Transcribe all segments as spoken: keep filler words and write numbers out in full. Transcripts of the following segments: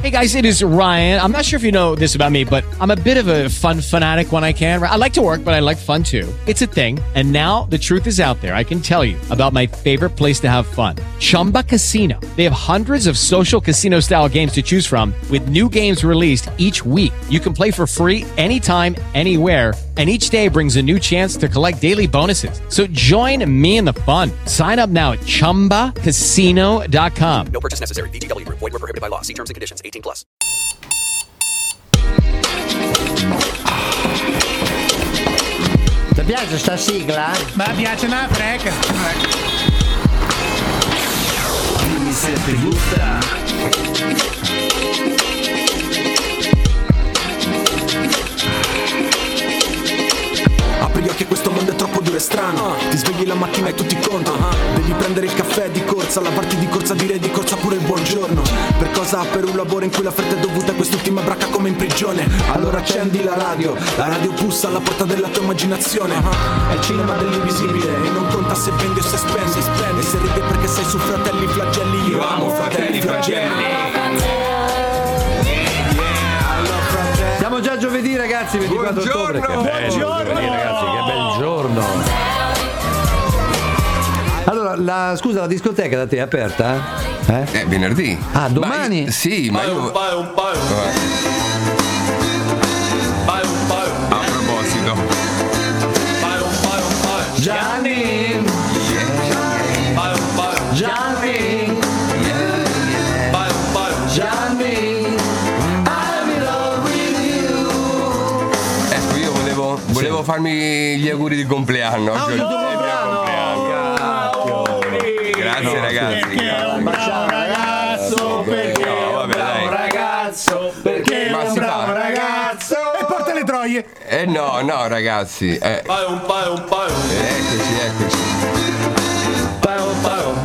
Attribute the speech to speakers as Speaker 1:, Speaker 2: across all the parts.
Speaker 1: Hey guys, it is Ryan. I'm not sure if you know this about me, but I'm a bit of a fun fanatic when I can. I like to work, but I like fun too. It's a thing. And now the truth is out there. I can tell you about my favorite place to have fun. Chumba Casino. They have hundreds of social casino style games to choose from with new games released each week. You can play for free anytime, anywhere. And each day brings a new chance to collect daily bonuses. So join me in the fun. Sign up now at chumba casino dot com.
Speaker 2: No purchase necessary. V G W Group. Void where prohibited by law. See terms and conditions. eighteen plus.
Speaker 3: Ti piace sta sigla?
Speaker 4: Ma piace una freca.
Speaker 5: Dimmi se ti gusta.
Speaker 6: Apri gli occhi, questo mondo è troppo duro e strano. Ti svegli la mattina e tutti contro. Devi prendere il caffè di corsa, lavarti di corsa, dire di corsa pure il buongiorno. Per cosa? Per un lavoro in cui la fretta è dovuta a quest'ultima bracca come in prigione. Allora accendi la radio, la radio bussa alla porta della tua immaginazione. È il cinema dell'invisibile e non conta se vendi o se spendi. E se ridi perché sei su Fratelli Flagelli. Io amo Fratelli Flagelli.
Speaker 3: Siamo già giovedì, ragazzi, ventiquattro ottobre. Che bello,
Speaker 7: buongiorno.
Speaker 3: giovedì, ragazzi, che bel giorno. Allora, la, scusa, la discoteca da te è aperta? Eh?
Speaker 7: Eh, venerdì.
Speaker 3: Ah, domani?
Speaker 7: Ma io, sì, ma io...
Speaker 8: Vai un paio. Vai un paio.
Speaker 7: A proposito.
Speaker 8: Vai un paio, un paio.
Speaker 3: Gianni!
Speaker 8: Vai un paio.
Speaker 3: Gianni!
Speaker 8: Vai un paio.
Speaker 3: Gianni! I'm in love with you!
Speaker 7: Ecco, io volevo, volevo farmi gli auguri di compleanno.
Speaker 3: Ah,
Speaker 7: Oggi
Speaker 3: il
Speaker 7: è
Speaker 3: tuo
Speaker 7: il mio
Speaker 3: compleanno!
Speaker 7: Grazie, ragazzi.
Speaker 4: Perché è un bravo ragazzo, perché
Speaker 7: No,
Speaker 4: è un
Speaker 7: vabbè,
Speaker 4: bravo
Speaker 7: dai.
Speaker 4: ragazzo, perché è
Speaker 7: Ma
Speaker 4: un
Speaker 7: si
Speaker 4: bravo
Speaker 7: fa?
Speaker 4: ragazzo. E porta le troie.
Speaker 7: Eh no, no, ragazzi. Eh,
Speaker 8: Vai un paio, un paio.
Speaker 7: eccoci, eccoci.
Speaker 8: Vai un paio.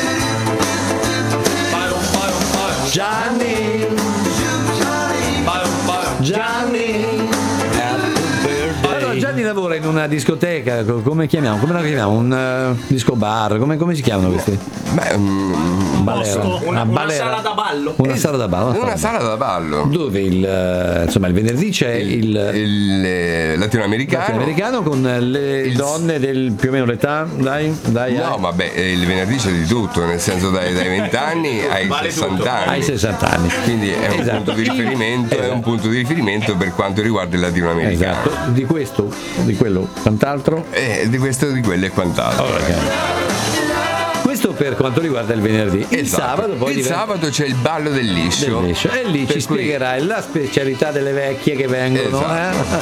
Speaker 8: Vai un paio, un paio.
Speaker 3: Gianni!
Speaker 8: Vai un paio.
Speaker 3: Gianni! Allora, Gianni lavora in una discoteca, co- come chiamiamo? Come la chiamiamo? Un uh, disco bar, come, come si chiamano questi?
Speaker 7: Beh, mm,
Speaker 3: Balera.
Speaker 4: Una, una
Speaker 3: balera.
Speaker 4: sala da ballo.
Speaker 3: Una sala da ballo.
Speaker 7: una sala da ballo.
Speaker 3: Dove il, eh, insomma, il venerdì c'è il,
Speaker 7: Il eh, latinoamericano.
Speaker 3: latinoamericano con le
Speaker 7: Il-
Speaker 3: donne del più o meno l'età, dai, dai,
Speaker 7: No,
Speaker 3: ai-
Speaker 7: vabbè, eh, il venerdì c'è di tutto, nel senso dai, dai venti anni ai
Speaker 4: Vale
Speaker 7: sessanta
Speaker 4: tutto.
Speaker 7: anni.
Speaker 3: ai sessanta anni.
Speaker 7: Quindi è un
Speaker 3: Esatto.
Speaker 7: punto di riferimento, è un punto di riferimento per quanto riguarda il latinoamericano.
Speaker 3: Esatto, di questo, di quello, quant'altro.
Speaker 7: Eh, di questo, di quello e quant'altro.
Speaker 3: Questo per quanto riguarda il venerdì. Il
Speaker 7: Esatto.
Speaker 3: sabato poi
Speaker 7: il
Speaker 3: diventa-
Speaker 7: sabato c'è il ballo del liscio.
Speaker 3: del liscio. E lì
Speaker 7: Per
Speaker 3: ci
Speaker 7: cui-
Speaker 3: spiegherai la specialità delle vecchie che vengono.
Speaker 7: Esatto.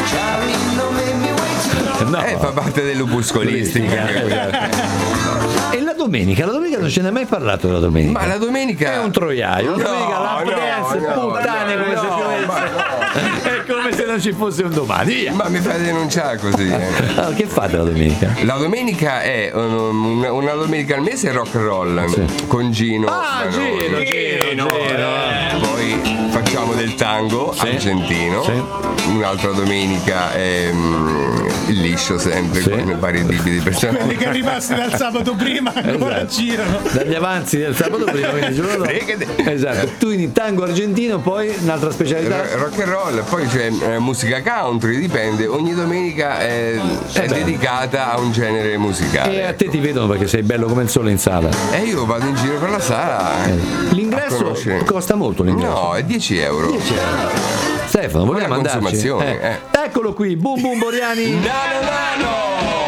Speaker 3: Eh? No.
Speaker 7: Eh, fa parte dell'opuscolistica.
Speaker 3: E la domenica? La domenica non ce ne hai mai parlato della domenica.
Speaker 7: Ma la domenica
Speaker 3: È un troiaio. La
Speaker 7: No,
Speaker 3: domenica la
Speaker 7: no,
Speaker 3: dance,
Speaker 7: no,
Speaker 3: puttane
Speaker 7: no,
Speaker 3: come se
Speaker 7: no,
Speaker 3: piovesse.
Speaker 7: ma
Speaker 3: È come se non ci fosse un domani. Via.
Speaker 7: Ma mi fai denunciare così. eh.
Speaker 3: Allora, che fate la domenica?
Speaker 7: La domenica è um, una, una domenica al mese è rock and roll con Gino.
Speaker 3: Ah,
Speaker 7: Manoni.
Speaker 3: Gino, Gino, Gino.
Speaker 7: Poi facciamo del tango argentino.
Speaker 3: Sì.
Speaker 7: Un'altra domenica è um, il liscio sempre
Speaker 3: Sì.
Speaker 7: con vari tipi di personaggi.
Speaker 4: Quelli che rimasti dal sabato prima ancora
Speaker 3: Esatto.
Speaker 4: girano.
Speaker 3: Dagli avanzi del sabato prima, quindi il giorno dopo.
Speaker 7: Fregate.
Speaker 3: Esatto. Tu in tango argentino, poi un'altra specialità.
Speaker 7: Ro- Rock and roll, poi c'è eh, musica country, dipende, ogni domenica è, è
Speaker 3: beh.
Speaker 7: dedicata a un genere musicale.
Speaker 3: E a te ti vedono perché sei bello come il sole in sala.
Speaker 7: E io vado in giro per la sala. a
Speaker 3: L'ingresso
Speaker 7: conoscere.
Speaker 3: costa molto l'ingresso.
Speaker 7: No, è dieci euro.
Speaker 3: Stefano, vogliamo
Speaker 7: Buona
Speaker 3: andarci?
Speaker 7: consumazione,
Speaker 3: Eh. Eccolo qui, Boom Boom Boriani.
Speaker 7: Nano nano!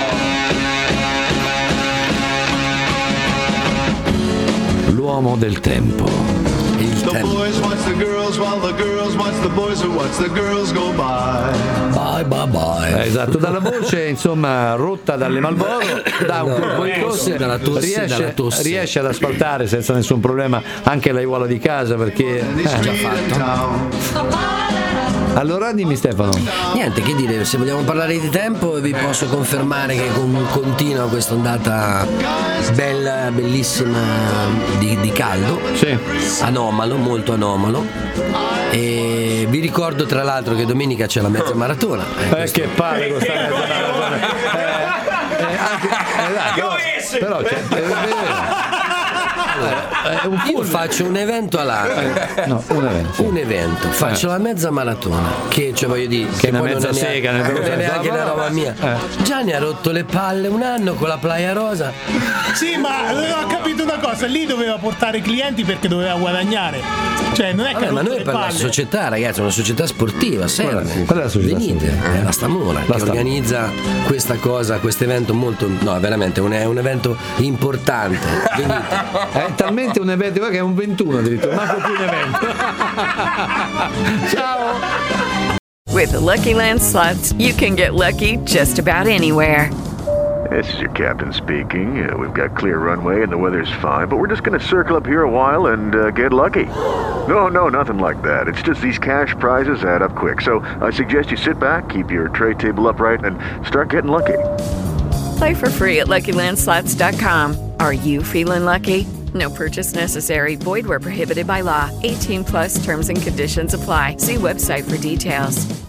Speaker 3: L'uomo del tempo. Il
Speaker 9: The
Speaker 3: tempo.
Speaker 9: boys watch the girls while the girls watch the boys who watch the girls go by.
Speaker 3: Bye bye bye. Esatto, dalla voce insomma rotta dalle Malboro, da un colpo di tosse,
Speaker 10: dalla tosse,
Speaker 3: riesce,
Speaker 10: dalla tosse.
Speaker 3: riesce ad asfaltare senza nessun problema anche l'aiuola di casa perché eh. Allora dimmi Stefano.
Speaker 10: Niente, che dire, se vogliamo parlare di tempo vi posso confermare che con- continua questa ondata bella, bellissima di, di caldo,
Speaker 3: Sì.
Speaker 10: anomalo, molto anomalo. E vi ricordo tra l'altro che domenica c'è la mezza maratona. Eh,
Speaker 3: Eh,
Speaker 10: questo-
Speaker 3: che palle questa mezza maratona. Eh, eh, anche, eh, dai, però, però c'è, eh,
Speaker 10: Eh, un Io faccio un evento all'anno.
Speaker 3: Eh, no, un evento.
Speaker 10: Un evento, faccio
Speaker 3: Eh.
Speaker 10: la mezza maratona, che cioè voglio dire,
Speaker 3: Che è una
Speaker 10: poi
Speaker 3: mezza
Speaker 10: non è
Speaker 3: sega, nel
Speaker 10: neanche,
Speaker 3: vero
Speaker 10: non è
Speaker 3: senso
Speaker 10: neanche
Speaker 3: della
Speaker 10: una roba
Speaker 3: parola.
Speaker 10: mia.
Speaker 3: Eh.
Speaker 10: Gianni ha rotto le palle un anno con la Playa Rosa.
Speaker 4: Sì, ma ho capito una cosa, lì doveva portare i clienti perché doveva guadagnare. Cioè, non è che
Speaker 10: Vabbè,
Speaker 4: ha
Speaker 10: ma
Speaker 4: rotto
Speaker 10: noi
Speaker 4: le
Speaker 10: per la
Speaker 4: palle.
Speaker 10: società, ragazzi, è una società sportiva, seria.
Speaker 3: Qual è la società
Speaker 10: Venite,
Speaker 3: sportiva?
Speaker 10: è la Stamora
Speaker 3: La
Speaker 10: che
Speaker 3: Stamora.
Speaker 10: organizza questa cosa, questo evento molto, no, veramente un, è un evento importante. Venite.
Speaker 3: È talmente un evento che è un ventuno addirittura, manco più un evento. Ciao!
Speaker 11: With the Lucky Land Slots, you can get lucky just about anywhere.
Speaker 9: This is your captain speaking. Uh, we've got clear runway and the weather's fine, but we're just going to circle up here a while and uh, get lucky. No, no, nothing like that. It's just these cash prizes add up quick. So I suggest you sit back, keep your tray table upright, and start getting lucky.
Speaker 11: Play for free at Lucky Land Slots dot com. Are you feeling lucky? No purchase necessary. Void where prohibited by law. eighteen plus terms and conditions apply. See website for details.